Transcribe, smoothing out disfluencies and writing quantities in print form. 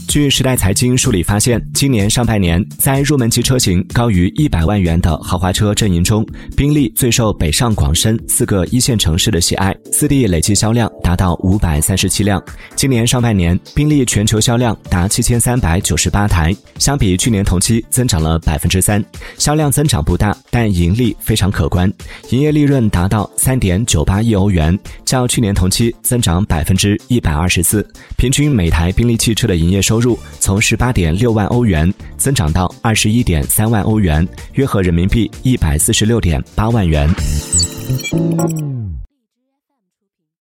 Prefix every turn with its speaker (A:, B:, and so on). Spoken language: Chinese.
A: 据时代财经梳理发现，今年上半年，在入门级车型高于100万元的豪华车阵营中，宾利最受北上广深4个一线城市的喜爱，4地累计销量达到537辆。今年上半年，宾利全球销量达7398台，相比去年同期增长了3%。销量增长不大，但盈利非常可观，营业利润达到3.98亿欧元，较去年同期增长124%。平均每台宾利汽车的营业收入从18.6万欧元增长到21.3万欧元，约合人民币146.8万元。